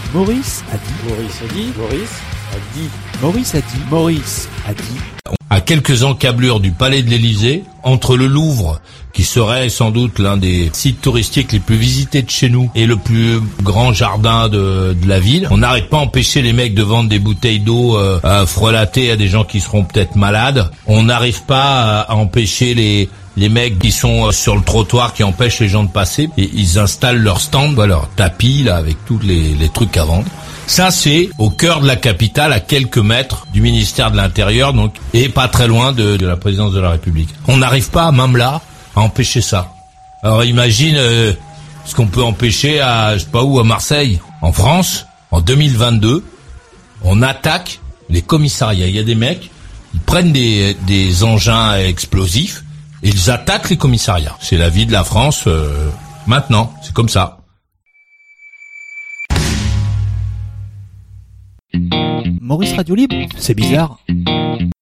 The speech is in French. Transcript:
Maurice a dit. Maurice a dit. Maurice a dit. Maurice a dit. Maurice a dit. À quelques encablures du palais de l'Élysée, entre le Louvre, qui serait sans doute l'un des sites touristiques les plus visités de chez nous, et le plus grand jardin de la ville, on n'arrête pas à empêcher les mecs de vendre des bouteilles d'eau frelatées à des gens qui seront peut-être malades. On n'arrive pas à empêcher les mecs qui sont sur le trottoir, qui empêchent les gens de passer, et ils installent leur stand, leur tapis là avec tous les trucs à vendre. Ça, c'est au cœur de la capitale, à quelques mètres du ministère de l'Intérieur, donc, et pas très loin de la présidence de la République. On n'arrive pas, même là, à empêcher ça. Alors imagine ce qu'on peut empêcher à, je sais pas où, à Marseille. En France, en 2022, on attaque les commissariats. Il y a des mecs, ils prennent des engins explosifs et ils attaquent les commissariats. C'est la vie de la France maintenant, c'est comme ça. Maurice Radio Libre, c'est bizarre.